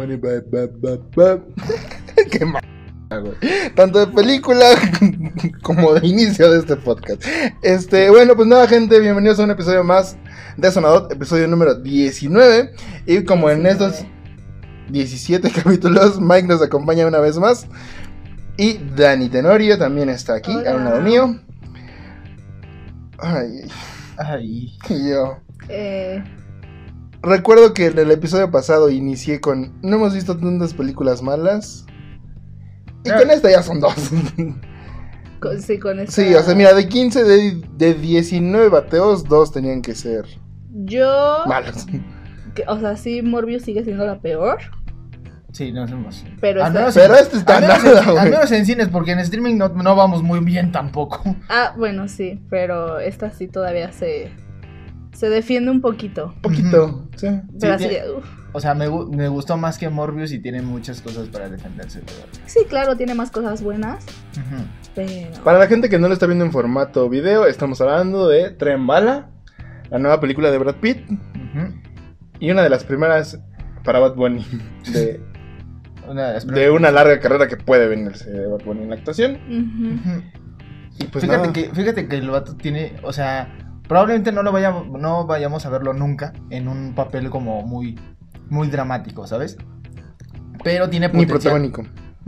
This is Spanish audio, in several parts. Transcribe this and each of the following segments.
Bunny, Qué mal, güey. Tanto de película como de inicio de este podcast. Bueno, pues nada, gente, bienvenidos a un episodio más de Sonadot, episodio número 19. Y como 19. En estos 17 capítulos, Mike nos acompaña una vez más. Y Dani Tenorio también está aquí. Hola. A un lado mío. Ay. Y yo. Recuerdo que en el episodio pasado inicié con no hemos visto tantas películas malas. Y con esta ya son 2. Con esta... Sí, o sea, mira, de 15, de 19 bateos, 2 tenían que ser malos. O sea, sí, Morbius sigue siendo la peor. Sí, no hacemos. Pero este está nada, al menos en cines, porque en streaming no vamos muy bien tampoco. Ah, bueno, sí, pero esta sí todavía se defiende un poquito. Sí. Pero sí, así o sea, me gustó más que Morbius y tiene muchas cosas para defenderse todavía. Sí, claro, tiene más cosas buenas. Pero... Para la gente que no lo está viendo en formato video, estamos hablando de Tren Bala, la nueva película de Brad Pitt. Y una de las primeras para Bad Bunny de una larga carrera que puede venirse de Bad Bunny en la actuación. Y pues fíjate que el vato tiene, o sea, probablemente no vayamos a verlo nunca en un papel como muy, muy dramático, ¿sabes? Pero tiene potencial. Ni protagónico.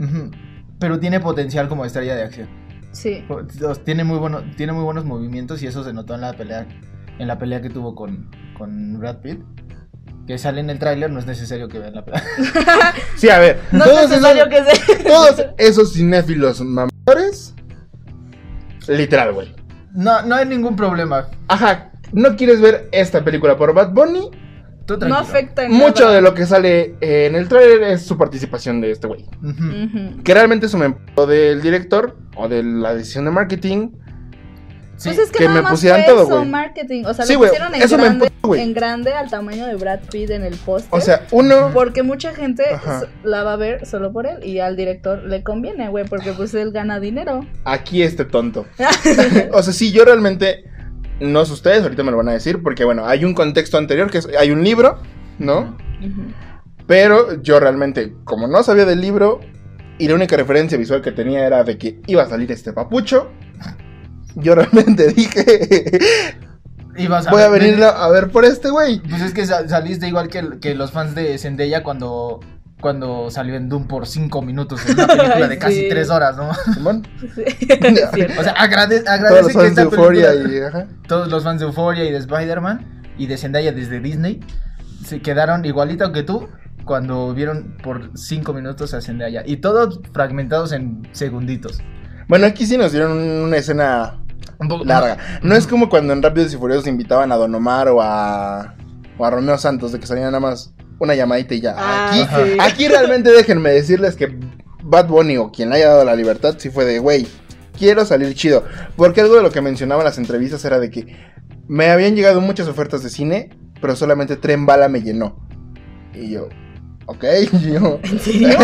Pero tiene potencial como estrella de acción. Sí. Tiene muy buenos movimientos y eso se notó en la pelea que tuvo con Brad Pitt. Que sale en el tráiler, no es necesario que vean la película. Sí, a ver. No es necesario que todos esos cinéfilos mamadores. Literal, güey. No hay ningún problema. Ajá. ¿No quieres ver esta película por Bad Bunny? No afecta en mucho nada. de lo que sale en el tráiler es su participación de este güey. Que realmente es un empleo del director o de la decisión de marketing. Sí, pues es que me nada pusieran más todo, fue güey. Marketing, o sea, sí, lo güey, pusieron en grande al tamaño de Brad Pitt en el póster. O sea, porque mucha gente la va a ver solo por él y al director le conviene, güey, porque pues él gana dinero. Aquí tonto. O sea, sí, yo realmente, no sé ustedes, ahorita me lo van a decir, porque bueno, hay un contexto anterior, hay un libro, ¿no? Pero yo realmente, como no sabía del libro, y la única referencia visual que tenía era de que iba a salir este papucho, yo realmente dije... voy a venir a ver por este güey. Pues es que saliste igual que los fans de Zendaya cuando salió en Doom por 5 minutos en una película de casi 3 horas, ¿no? ¿Simón? Sí, o sea, agradece todos los que fans esta de Euphoria película, todos los fans de Euphoria y de Spider-Man y de Zendaya desde Disney se quedaron igualito que tú cuando vieron por 5 minutos a Zendaya y todos fragmentados en segunditos. Bueno, aquí sí nos dieron una escena un poco larga. No es como cuando en Rápidos y Furiosos invitaban a Don Omar o a Romeo Santos, de que salían nada más una llamadita y ya. Aquí realmente déjenme decirles que Bad Bunny o quien le haya dado la libertad sí fue de, güey, quiero salir chido. Porque algo de lo que mencionaba en las entrevistas era de que me habían llegado muchas ofertas de cine, pero solamente Tren Bala me llenó. Y yo... Ok, yo... ¿En serio?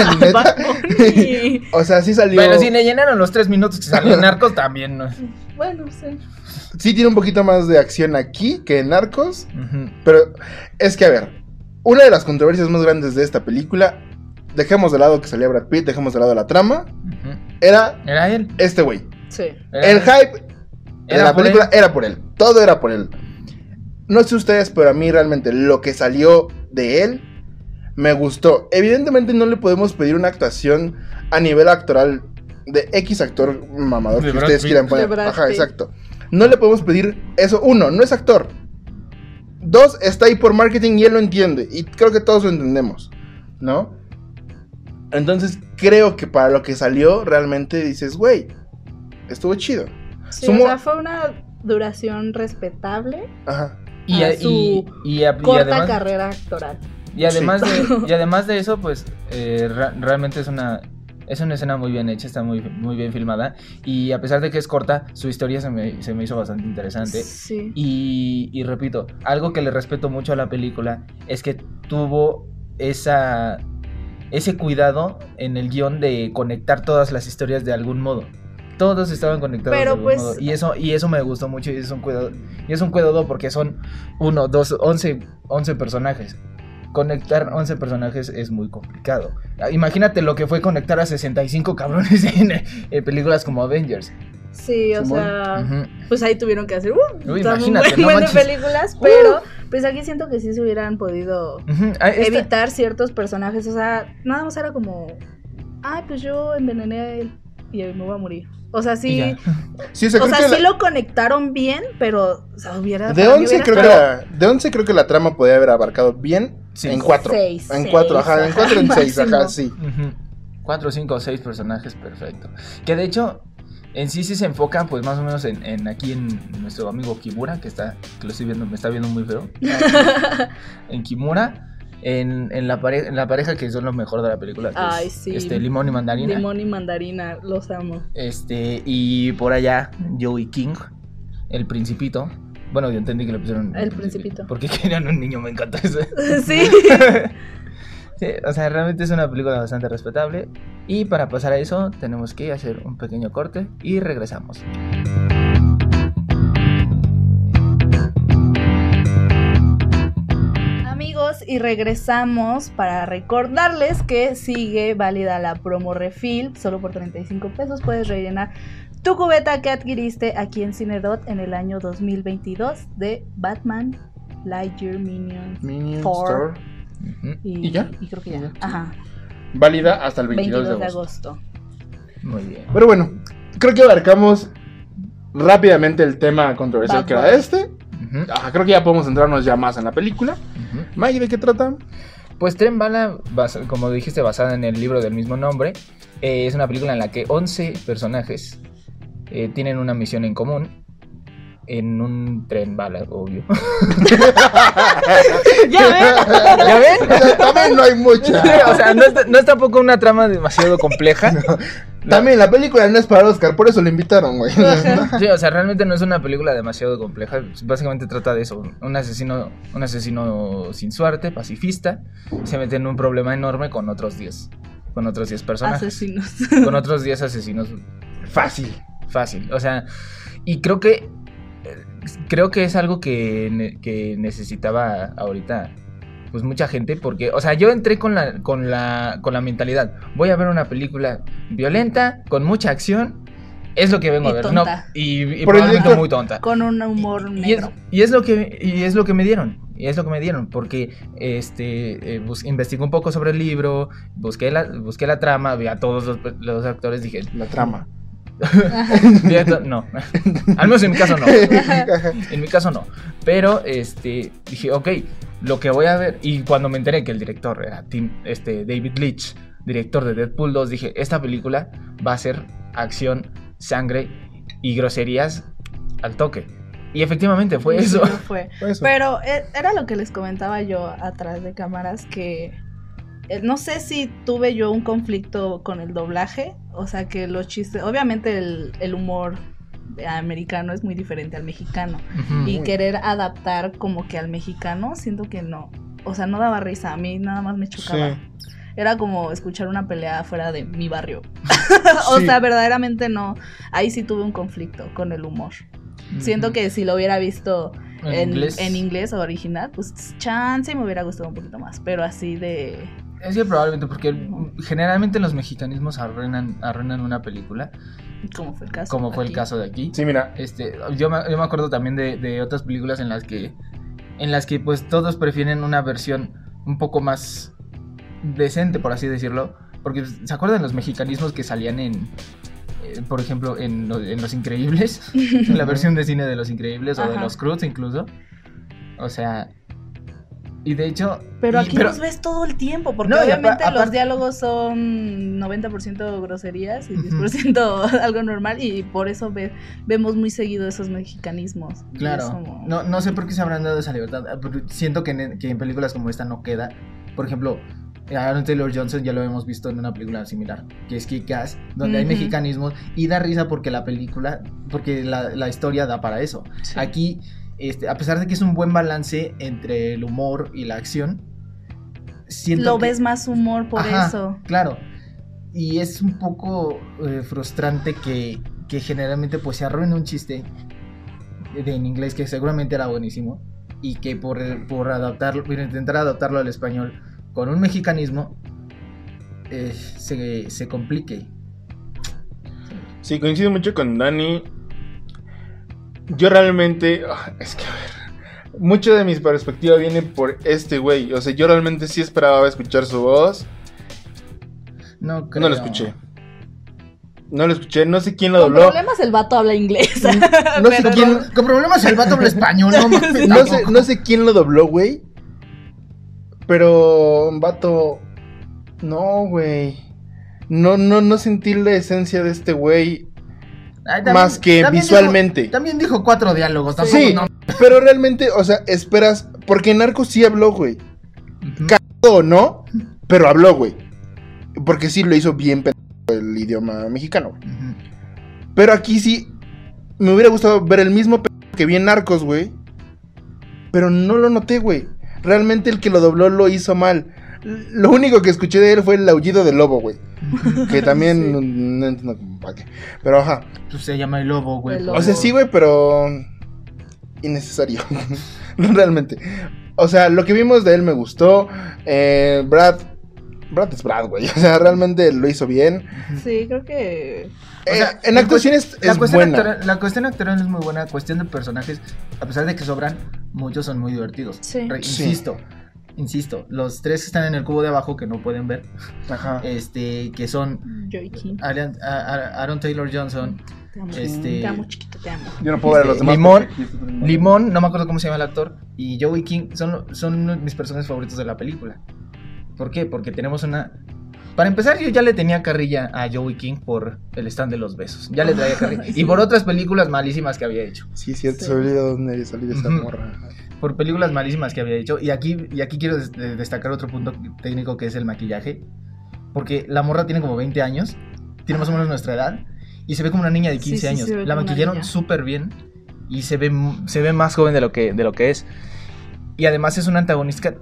O sea, sí salió... Bueno, si le llenaron los 3 minutos que salió en Narcos también, ¿no? Bueno, sí. Sí tiene un poquito más de acción aquí que en Narcos. Pero es que, a ver, una de las controversias más grandes de esta película, dejemos de lado que salía Brad Pitt, dejemos de lado la trama, era él. Este güey. Sí. El hype de la película era por él. Todo era por él. No sé ustedes, pero a mí realmente lo que salió de él me gustó. Evidentemente no le podemos pedir una actuación a nivel actoral de X actor mamador que ustedes quieran poner. Ajá, exacto. No le podemos pedir eso. 1, no es actor. 2, está ahí por marketing y él lo entiende. Y creo que todos lo entendemos, ¿no? Entonces creo que para lo que salió realmente dices, güey, estuvo chido. Sí, o sea, fue una duración respetable. Ajá. Y corta además, carrera actoral. Y además de eso, pues realmente es una escena muy bien hecha, está muy, muy bien filmada. Y a pesar de que es corta, su historia se me hizo bastante interesante. Sí. Y repito, algo que le respeto mucho a la película es que tuvo ese cuidado en el guión de conectar todas las historias de algún modo. Todos estaban conectados de algún modo. Y eso me gustó mucho y es un cuidado porque son 11 personajes. conectar 11 personajes es muy complicado. Imagínate lo que fue conectar a 65 cabrones en películas como Avengers. Sí, o sea, pues ahí tuvieron que hacer imagínate, muy buenas películas, pero pues aquí siento que sí se hubieran podido evitar ciertos personajes, o sea, nada más era como, ay, pues yo envenené a él y me voy a morir. O sea, sí, sí lo conectaron bien, pero o sea, de 11 creo que la trama podía haber abarcado bien en 4. En 4, ajá, en 4 en 6, ajá, sí. 4, 5 o 6 personajes, perfecto. Que de hecho en sí se enfocan pues más o menos en aquí en nuestro amigo Kimura, que lo estoy viendo, me está viendo muy feo. En Kimura, en la pareja que son lo mejor de la película, que es Limón y Mandarina. Limón y Mandarina, los amo. Y por allá Joey King, el principito. Bueno, yo entendí que le pusieron el principito. Porque querían un niño, me encanta eso. Sí. Sí, o sea, realmente es una película bastante respetable. Y para pasar a eso, tenemos que hacer un pequeño corte y regresamos. Amigos, y regresamos para recordarles que sigue válida la promo refill. Solo por 35 pesos puedes rellenar tu cubeta que adquiriste aquí en Cinedot en el año 2022 de Batman Lightyear Minions Thor. ¿Y ya? Y creo que ya. Ajá. Válida hasta el 22 de agosto. Muy bien. Pero bueno, creo que abarcamos rápidamente el tema controversial que era este. Creo que ya podemos centrarnos ya más en la película. Maggie, ¿de qué trata? Pues Tren Bala, como dijiste, basada en el libro del mismo nombre, es una película en la que 11 personajes tienen una misión en común. En un tren bala, obvio. ¿Ya ven? O sea, también no hay mucha. O sea, no es tampoco una trama demasiado compleja. También la película no es para Oscar, por eso lo invitaron, güey. Sí, o sea, realmente no es una película demasiado compleja. Básicamente trata de eso. Un asesino sin suerte, pacifista, se mete en un problema enorme con otros 10 personajes. Asesinos. Con otros 10 asesinos. Fácil. O sea, y creo que es algo que necesitaba ahorita pues mucha gente, porque, o sea, yo entré con la mentalidad, voy a ver una película violenta, con mucha acción, es lo que vengo a ver, tonta. ¿no? Y probablemente muy tonta. Con un humor negro. Y es lo que me dieron, porque investigué un poco sobre el libro, busqué la trama, vi a todos los actores, dije, la trama. No, al menos en mi caso no, pero dije, ok, lo que voy a ver, y cuando me enteré que el director era David Leitch, director de Deadpool 2, dije, esta película va a ser acción, sangre y groserías al toque. Y efectivamente fue eso. Fue eso. Pero era lo que les comentaba yo atrás de cámaras, que no sé si tuve yo un conflicto con el doblaje, o sea que los chistes, obviamente el humor americano es muy diferente al mexicano, y querer adaptar como que al mexicano, siento que no, o sea, no daba risa, a mí nada más me chocaba. Sí. Era como escuchar una pelea fuera de mi barrio. O sea, verdaderamente no, ahí sí tuve un conflicto con el humor. Siento que si lo hubiera visto en inglés original, pues chance me hubiera gustado un poquito más, pero así de... Es que probablemente porque generalmente los mexicanismos arruinan una película. Como fue el caso. Como fue el caso de aquí. Sí, mira. Yo me acuerdo también de otras películas en las que pues todos prefieren una versión un poco más decente, por así decirlo. Porque ¿se acuerdan los mexicanismos que salían por ejemplo, en Los Increíbles? En la versión de cine de Los Increíbles o de Los Cruz incluso. O sea... Y de hecho... Pero aquí los ves todo el tiempo, porque obviamente los diálogos son 90% groserías y 10% algo normal, y por eso vemos muy seguido esos mexicanismos. Claro, no sé por qué se habrán dado esa libertad, pero siento que en películas como esta no queda. Por ejemplo, Aaron Taylor Johnson ya lo hemos visto en una película similar, que es Kick-Ass, donde hay mexicanismos, y da risa porque la historia da para eso. Sí. Aquí... a pesar de que es un buen balance entre el humor y la acción, siento ves más humor por eso. Claro. Y es un poco frustrante que generalmente pues se arruine un chiste en inglés que seguramente era buenísimo, y que por intentar adaptarlo al español con un mexicanismo se complique. Sí, coincido mucho con Dani. Yo realmente, es que a ver, mucho de mi perspectiva viene por este güey. O sea, yo realmente sí esperaba escuchar su voz. No creo. No lo escuché. No lo escuché, no sé quién lo Con dobló. problemas el vato habla inglés. No sé quién. Con problemas el vato habla español, no mames. No sé quién lo dobló, güey. Pero, vato. No, güey. No sentí la esencia de este güey. Ay, más que visualmente. También dijo 4 diálogos. Tampoco, Sí, no. pero realmente, o sea, esperas. Porque Narcos sí habló, güey. Cagado o no, pero habló, güey. Porque sí lo hizo bien el idioma mexicano. Pero aquí sí me hubiera gustado ver el mismo que vi en Narcos, güey. Pero no lo noté, güey. Realmente el que lo dobló lo hizo mal. Lo único que escuché de él fue el aullido del lobo, güey. Que también Sí. no entiendo para qué. Pero ajá. Pues se llama el lobo, güey. El lobo. O sea, sí, güey, pero innecesario. Realmente. O sea, lo que vimos de él me gustó. Brad es Brad, güey. O sea, realmente lo hizo bien. Sí, creo que... O sea, en actuaciones es buena. La cuestión actoral es muy buena. Cuestión de personajes, a pesar de que sobran, muchos son muy divertidos. Sí. Sí. Insisto, los 3 que están en el cubo de abajo que no pueden ver, Ajá. que son Joey King. Aaron Taylor Johnson, Te amo, este- te amo, chiquito, te amo. Yo no puedo ver a los demás. Limón, porque aquí estoy poniendo- Limón, no me acuerdo cómo se llama el actor, y Joey King son mis personajes favoritos de la película. ¿Por qué? Porque tenemos una... Para empezar, yo ya le tenía carrilla a Joey King por el stand de los besos. Ya le traía carrilla. Sí. Y por otras películas malísimas que había hecho. Sí, es cierto, Sí. se olvidó dónde salí de esa Ujú. morra. Por películas malísimas que había hecho. Y aquí quiero destacar otro punto técnico, que es el maquillaje. Porque la morra tiene como 20 años. Tiene más o menos nuestra edad. Y se ve como una niña de 15 Sí, años. se ve La como una maquillaron niña. súper bien. Y se ve más joven de lo que es. Y además es una antagonista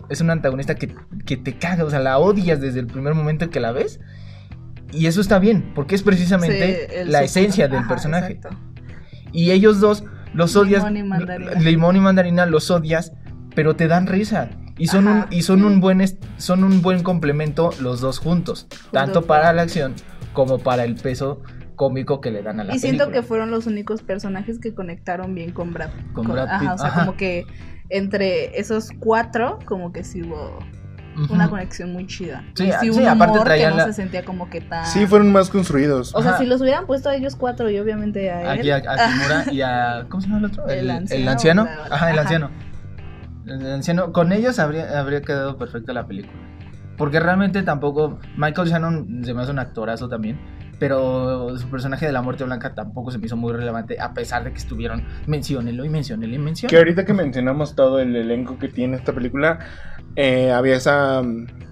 que te caga. O sea, la odias desde el primer momento que la ves. Y eso está bien. Porque es precisamente Sí, el la super- esencia del Ajá, personaje. exacto. Y ellos dos los odias. Limón y mandarina. Limón y mandarina los odias, pero te dan risa. Y son Ajá. un buen complemento los dos juntos. Tanto para la acción como para el peso cómico que le dan a la Y película. siento que fueron los únicos personajes que conectaron bien con Brad. Con Brad Pitt, Ajá, o sea, ajá. como que entre esos 4, como que sí hubo Ujú. una conexión muy chida. Sí, Y sí, un aparte humor traían que no la- se sentía como que tan... Sí, fueron más construidos. O sea, Ajá. si los hubieran puesto a ellos 4 y obviamente a él... Aquí a Kimura y a... ¿Cómo se llama el otro? El anciano, anciano. la- Ajá, el ajá. anciano. El anciano. Con ellos habría quedado perfecta la película. Porque realmente tampoco... Michael Shannon se me hace un actorazo también. Pero su personaje de la Muerte Blanca tampoco se me hizo muy relevante. A pesar de que estuvieron... Menciónenlo y menciónenlo y Que menciónenlo. ahorita que mencionamos todo el elenco que tiene esta película, había esa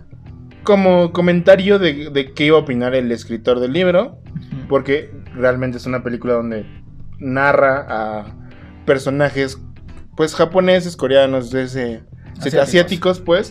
como comentario de qué iba a opinar el escritor del libro, Ujú. porque realmente es una película donde narra a personajes pues japoneses, coreanos, asiáticos pues,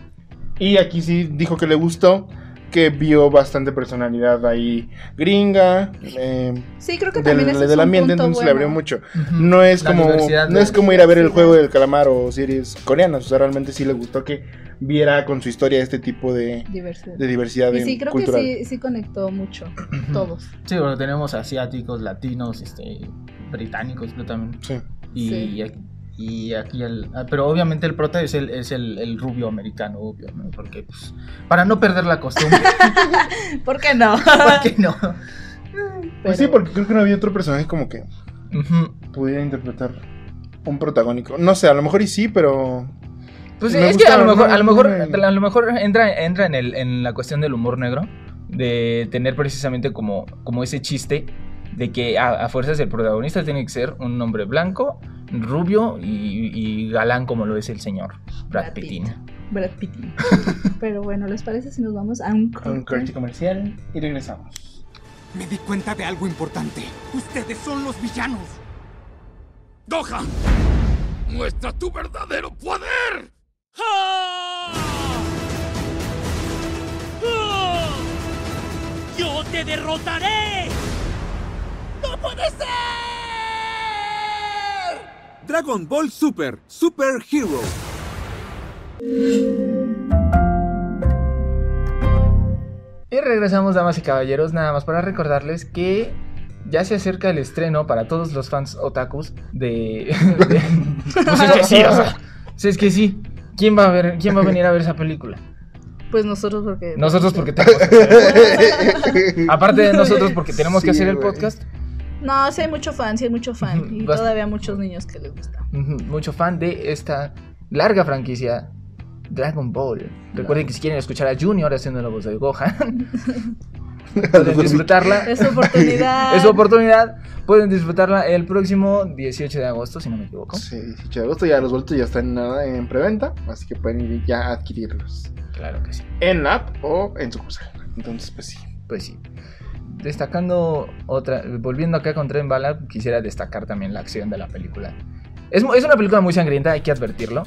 y aquí sí dijo que le gustó, que vio bastante personalidad ahí gringa, Sí, creo que también ese es del un ambiente, punto entonces le abrió bueno. mucho. Ujú. No es La como diversidad no de- es como ir a ver el diversidad. juego del calamar o series coreanas, o sea, realmente sí le gustó que viera con su historia este tipo de Diversidad. diversidad Y sí, creo cultural. que sí conectó mucho, Ujú. todos. Sí, bueno, tenemos asiáticos, latinos, británicos, creo también. Sí. Y aquí pero obviamente el prota es el rubio americano, obvio, ¿no? Porque pues, para no perder la costumbre. ¿Por qué no? ¿Por qué no? Pues sí, porque creo que no había otro personaje como que Ujú. pudiera interpretar un protagónico. No sé, a lo mejor y sí, pero Pues Me es que a lo gustaron, mejor ¿no? a lo mejor entra en la cuestión del humor negro, de tener precisamente como ese chiste de que a fuerzas el protagonista tiene que ser un hombre blanco, rubio y galán como lo es el señor Brad Pitt. Brad Pitt. Pero bueno, ¿les parece si nos vamos a un un corte comercial y regresamos. Me di cuenta de algo importante. Ustedes son los villanos. ¡Gohan! ¡Muestra tu verdadero poder! ¡Ah! ¡Ah! ¡Yo te derrotaré! ¡No puede ser! Dragon Ball Super, Super Hero. Y regresamos, damas y caballeros, nada más para recordarles que ya se acerca el estreno para todos los fans otakus de... Pues es que sí, o sea, es que sí. ¿Quién va a venir a ver esa película? Pues nosotros porque... Nosotros porque tenemos que hacer el podcast. Aparte de nosotros porque tenemos que hacer el podcast. No, sí hay mucho fan. Y Bast- todavía muchos niños que les gusta. Mucho fan de esta larga franquicia Dragon Ball. Recuerden que si quieren escuchar a Junior haciendo la voz de Gohan, pueden disfrutarla. Es su oportunidad. Es su oportunidad. Pueden disfrutarla el próximo 18 de agosto, si no me equivoco. Sí, 18 de agosto, ya los boletos ya están en preventa, así que pueden ir ya a adquirirlos Claro que sí. en app o en sucursal. Entonces, pues sí. Pues sí. Destacando volviendo acá con Tren Bala, quisiera destacar también la acción de la película. Es una película muy sangrienta, hay que advertirlo.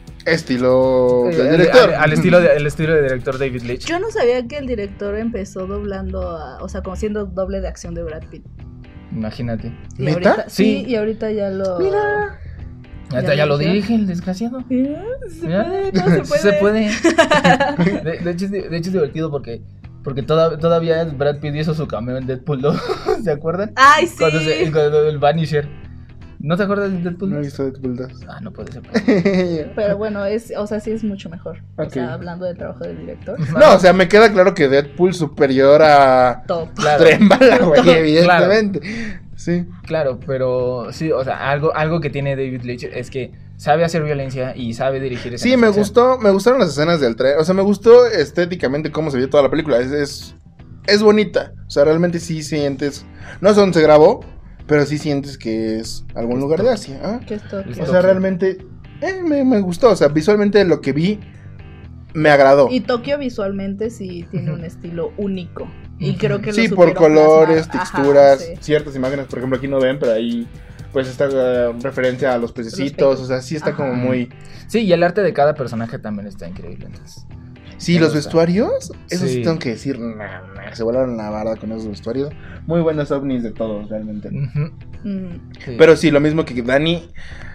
Estilo del director. El estilo de director David Leitch. Yo no sabía que el director empezó doblando, o sea, como siendo doble de acción de Brad Pitt. Imagínate. Y ¿Neta? ahorita, Sí. y ahorita ya lo... Mira. Ya lo ¿Ya? dirige el desgraciado. Se ¿Ya? puede, no se puede. Se puede. De hecho es divertido porque todavía Brad Pitt hizo su cameo en Deadpool 2. ¿Se acuerdan? ¡Ay, sí! Cuando el Vanisher. ¿No te acuerdas de Deadpool 2? No he visto Deadpool 2. Ah, no puede ser. Pero bueno, o sea, sí es mucho mejor. Ok. O sea, hablando del trabajo del director. No, o sea, me queda claro que Deadpool superior a Top. Claro. Tren Bala, güey, evidentemente. Sí. Claro, pero sí, o sea, algo que tiene David Leitch es que sabe hacer violencia y sabe dirigir escenas Sí, me de acción. gustaron las escenas del tren. O sea, me gustó estéticamente cómo se vio toda la película. Es bonita. O sea, realmente sí sientes. No sé dónde se grabó, pero sí sientes que es algún lugar de Asia. ¿Ah? ¿Qué es Tokio? Es O sea, Tokio. realmente me gustó. O sea, visualmente lo que vi me agradó. Y Tokio visualmente sí tiene un estilo único. Y creo que lo Sí, por supieron colores, plasmar. Ajá, texturas, sí. ciertas imágenes, por ejemplo, aquí no ven, pero ahí pues está referencia a los pececitos, o sea, sí está Ajá. como muy... Sí, y el arte de cada personaje también está increíble. Entonces. Sí, Me los gusta. vestuarios, eso sí Sí. tengo que decir, se volaron la barda con esos vestuarios. Muy buenos ovnis de todos, realmente. Ujú, sí. Pero sí, lo mismo que Dani,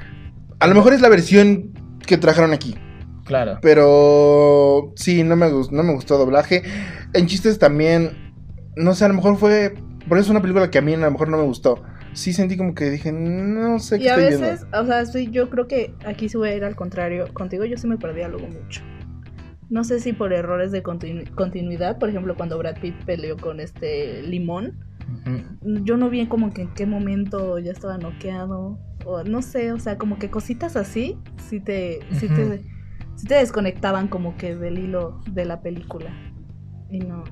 a lo mejor es la versión que trajeron aquí. Claro. Pero sí, no me gustó doblaje. En chistes también, no sé, a lo mejor fue... Por eso es una película que a mí a lo mejor no me gustó. Sí sentí como que dije, no sé qué Y a estoy veces, viendo. o sea, sí, yo creo que aquí sí voy a ir al contrario. Contigo yo sí me perdía luego mucho. No sé si por errores de continuidad, por ejemplo, cuando Brad Pitt peleó con Limón, Ujú. yo no vi como que en qué momento ya estaba noqueado, o no sé, o sea, como que cositas así, sí te desconectaban como que del hilo de la película. Y no.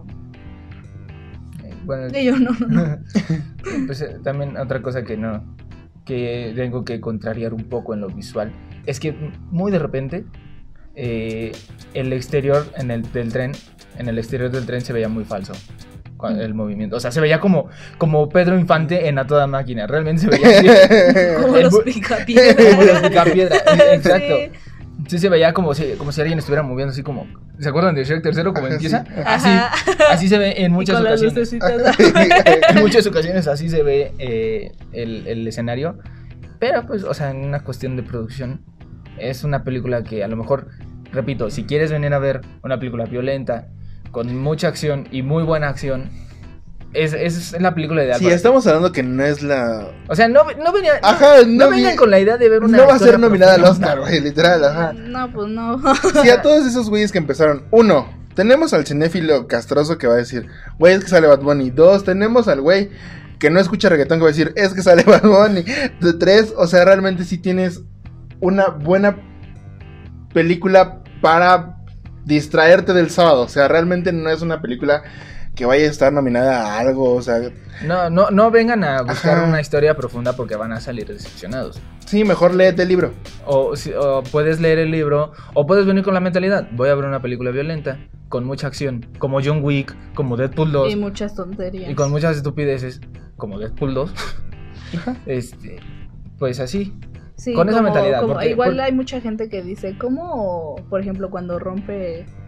Bueno, Y yo no. pues también otra cosa que tengo que contrariar un poco en lo visual es que muy de repente el exterior del tren se veía muy falso el movimiento, o sea, se veía como Pedro Infante en A Toda Máquina, realmente se veía así. Como El los bu- picapiedras. Como los picapiedra, exacto. Sí. Sí se veía como si alguien estuviera moviendo así como, ¿se acuerdan de Shrek tercero como Ajá, empieza? sí. Así, Ajá. así se ve en Y muchas con las ocasiones. lucecitas. En muchas ocasiones así se ve el escenario. Pero pues, o sea, en una cuestión de producción, es una película que a lo mejor, repito, si quieres venir a ver una película violenta, con mucha acción y muy buena acción, es la película ideal. Sí, para ti. estamos hablando que no es la... O sea, no venía. Ajá, no vengan con la idea de ver una. No va a ser historia nominada al profunda. Oscar, güey, literal, ajá. No, pues no. Sí, a todos esos güeyes que empezaron. 1, tenemos al cinéfilo castroso que va a decir, güey, es que sale Bad Bunny. 2, tenemos al güey que no escucha reggaetón que va a decir, es que sale Bad Bunny. 3, o sea, realmente sí tienes una buena película para distraerte del sábado. O sea, realmente no es una película que vaya a estar nominada a algo, o sea... No vengan a buscar Ajá. una historia profunda porque van a salir decepcionados. Sí, mejor léete el libro. O puedes leer el libro, o puedes venir con la mentalidad, voy a ver una película violenta, con mucha acción, como John Wick, como Deadpool 2, Y muchas tonterías. y con muchas estupideces, como Deadpool 2. Ajá. Pues así. Sí, con esa mentalidad, como- porque- igual porque- hay mucha gente que dice, ¿cómo, por ejemplo, cuando rompe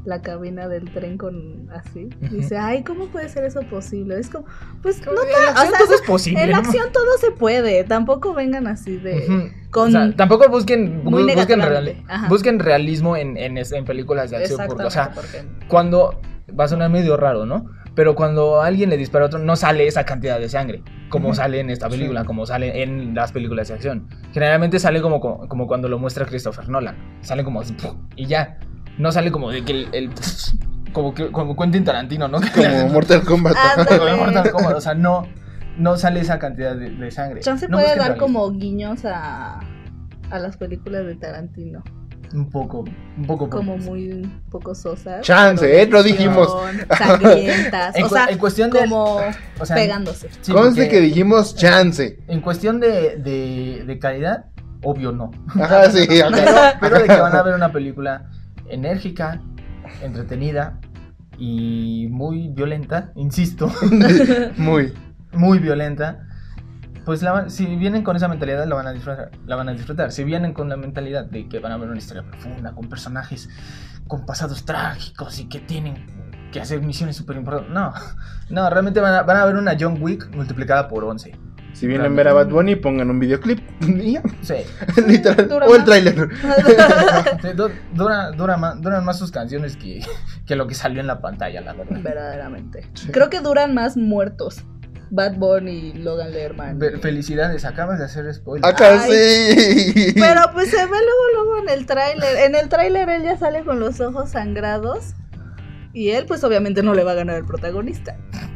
la cabina del tren con así. Ujú. Dice, ay, ¿cómo puede ser eso posible? Es como, pues no En la acción todo es posible. en la ¿no? acción todo se puede. Tampoco vengan así de Ujú. con O sea, tampoco busquen muy busquen, negativamente. Ajá. busquen realismo en películas de acción. Porque, o sea, cuando va a sonar medio raro, ¿no? Pero cuando alguien le dispara a otro, no sale esa cantidad de sangre, como Ujú. sale en esta película, Sí. como sale en las películas de acción. Generalmente sale como cuando lo muestra Christopher Nolan. Sale como así, ¡puf! Y ya. No sale como de que como Quentin Tarantino, ¿no? Como Mortal Kombat. Ándale. Como Mortal Kombat, o sea, no sale esa cantidad de sangre. Chance No puede busquen dar realismo. como guiños a las películas de Tarantino. Un poco. Como muy poco sosas. Chance, pero de no dijimos. acción, sangrientas. En o sea, en cuestión de... como o sea, pegándose. sí, Conste porque que dijimos chance. en cuestión de calidad, obvio no. Ajá, sí. Ajá. Pero de que van a ver una película enérgica, entretenida y muy violenta, insisto, Muy. muy violenta, pues si vienen con esa mentalidad la van a disfrutar. Si vienen con la mentalidad de que van a ver una historia profunda, con personajes con pasados trágicos y que tienen que hacer misiones súper importantes, no, realmente van a ver una John Wick multiplicada por 11. Si vienen a ver a Bad Bunny, pongan un videoclip. Y ya. Sí. Literal. Dura O el más. tráiler. Sí, duran más sus canciones que lo que salió en la pantalla, la verdad. Verdaderamente. Sí. Creo que duran más muertos. Bad Bunny y Logan Lerman. Felicidades, acabas de hacer spoiler. Acá Ay. sí. Pero pues se ve luego en el tráiler. En el tráiler él ya sale con los ojos sangrados. Y él pues obviamente no le va a ganar el protagonista.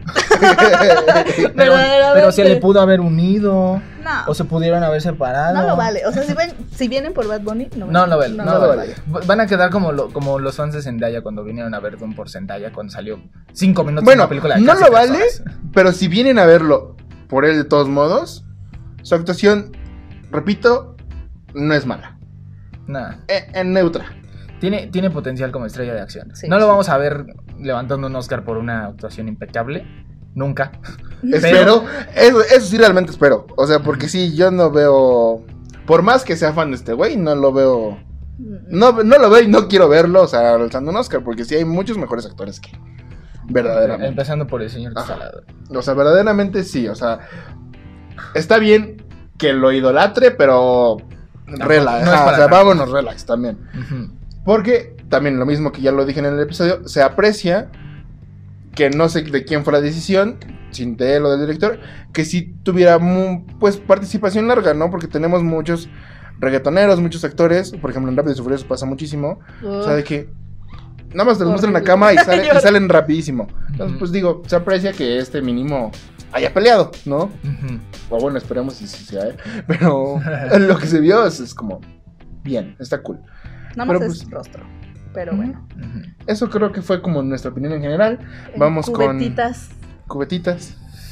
pero Verdaderamente. se le pudo haber unido No, o se pudieron haber separado. no lo vale. O sea, si vienen por Bad Bunny, No lo vale. no lo vale. Van a quedar como los fans de Zendaya cuando vinieron a ver Doom por Zendaya cuando salió 5 minutos Bueno, una película de no casi lo 3 vale, horas. pero si vienen a verlo por él de todos modos, su actuación, repito, no es mala. Nah. En neutra. Tiene potencial como estrella de acción. Sí, No lo sí. vamos a ver levantando un Oscar por una actuación impecable. Nunca. Espero, eso sí realmente espero. O sea, porque sí, yo no veo. Por más que sea fan de este güey, no lo veo. No lo veo y no quiero verlo, o sea, alzando un Oscar, porque sí hay muchos mejores actores que. Verdaderamente. Empezando por el señor Ajá. Taladro. O sea, verdaderamente sí, o sea. Está bien que lo idolatre, pero. Relax, no es ajá, para o sea, tanto. vámonos, relax también. Ujú. Porque también lo mismo que ya lo dije en el episodio, se aprecia que no sé de quién fue la decisión, sin de él o del director, que sí tuviera pues participación larga, ¿no? Porque tenemos muchos reggaetoneros, muchos actores, por ejemplo en Rápidos y Furiosos pasa muchísimo, o sea, de que nada más te los muestran en la Horrible. cama y salen rapidísimo. Entonces, Ujú. pues digo, se aprecia que este mínimo haya peleado, ¿no? Ujú. O bueno, esperemos si sea él, pero lo que se vio es como bien, está cool. Nada más pero, es pues, rostro. Pero Ujú. bueno. Ujú. Eso creo que fue como nuestra opinión en general. Vamos Cubetitas. con cubetitas.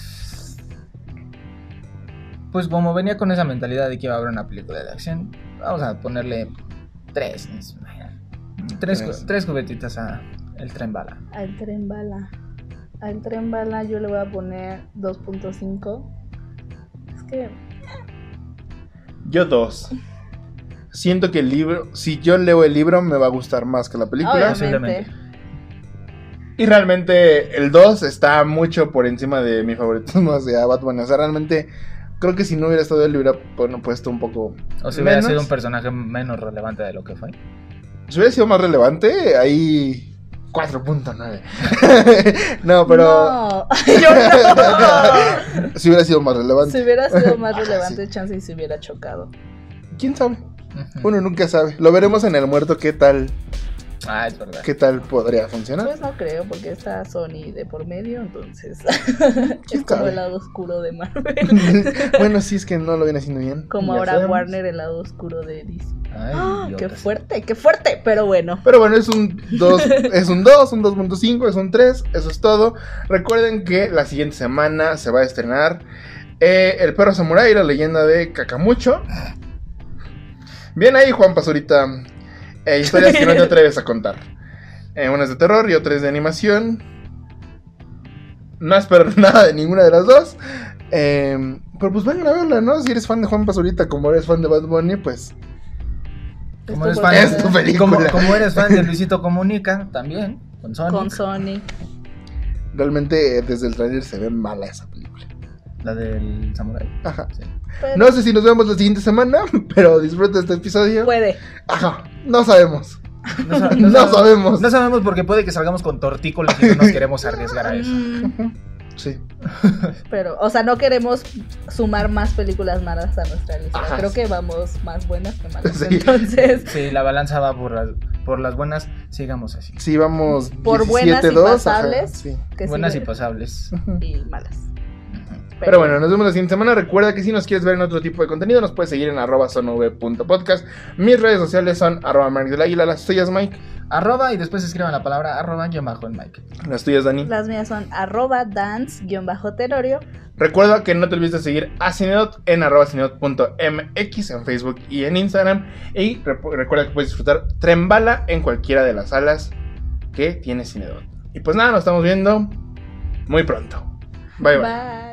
Pues como venía con esa mentalidad de que iba a haber una película de acción, vamos a ponerle 3. Tres cubetitas a El Tren Bala. Al tren bala. Al tren bala yo le voy a poner 2.5. Es que Yo 2. Siento que el libro, si yo leo el libro, me va a gustar más que la película. obviamente. Y realmente el 2 está mucho por encima de mi favoritismo hacia Batman. O sea, realmente creo que si no hubiera estado él, le hubiera puesto un poco. O si hubiera menos. sido un personaje menos relevante de lo que fue. Si hubiera sido más relevante, ahí 4.9. No, pero No, yo no. si hubiera sido más relevante. Si hubiera sido más Ah, relevante, sí. chance y se hubiera chocado. ¿Quién sabe? Ujú. Uno nunca sabe. Lo veremos en El Muerto qué tal Es verdad. podría funcionar. Pues no creo, porque está Sony de por medio, entonces es como sabe? el lado oscuro de Marvel. Bueno, sí es que no lo viene haciendo bien. Como Ya ahora sabemos. Warner, el lado oscuro de DC. Ay, ¡Ah! ¡Qué idiotas. fuerte! Pero bueno. Pero bueno, es un 2, es un 2, un 2.5, es un 3, eso es todo. Recuerden que la siguiente semana se va a estrenar El Perro Samurai, la leyenda de Kakamucho. Bien ahí, Juan Pazurita. Historias que no te atreves a contar. Una es de terror y otra es de animación. No espero nada de ninguna de las dos. Pero pues vengan a verla, ¿no? Si eres fan de Juan Pazurita como eres fan de Bad Bunny, pues Como eres Estuvo fan, Es tu película. como eres fan de Luisito Comunica, también, con Sonic. con Sonic. Realmente desde el tráiler se ve mala esa película. La del Samurai. Ajá. Sí. Pero No sé si nos vemos la siguiente semana, pero disfruta este episodio. puede. Ajá, no sabemos. No, No sabemos. No sabemos porque puede que salgamos con tortícolis y no nos queremos arriesgar a eso. Sí. Pero, o sea, no queremos sumar más películas malas a nuestra lista. Ajá. Creo que vamos más buenas que malas. Sí. Entonces, Sí, la balanza va por las buenas, sigamos así. Sí, vamos por buenas y 17-2, ajá, pasables, sí. que Buenas sí, y pasables. y malas. Pero bueno, nos vemos la siguiente semana. Recuerda que si nos quieres ver en otro tipo de contenido, nos puedes seguir en @sonv.podcast. Mis redes sociales son @markdelaguila. Las tuyas, Mike. @ y después escriban la palabra @ yo bajo en Mike. Las tuyas, Dani. Las mías son @dance_terorio. Recuerda que no te olvides de seguir a Cinedot en @cinedot.mx en Facebook y en Instagram. Y recuerda que puedes disfrutar Tren Bala en cualquiera de las salas que tiene Cinedot. Y pues nada, nos estamos viendo muy pronto. Bye bye. Bye.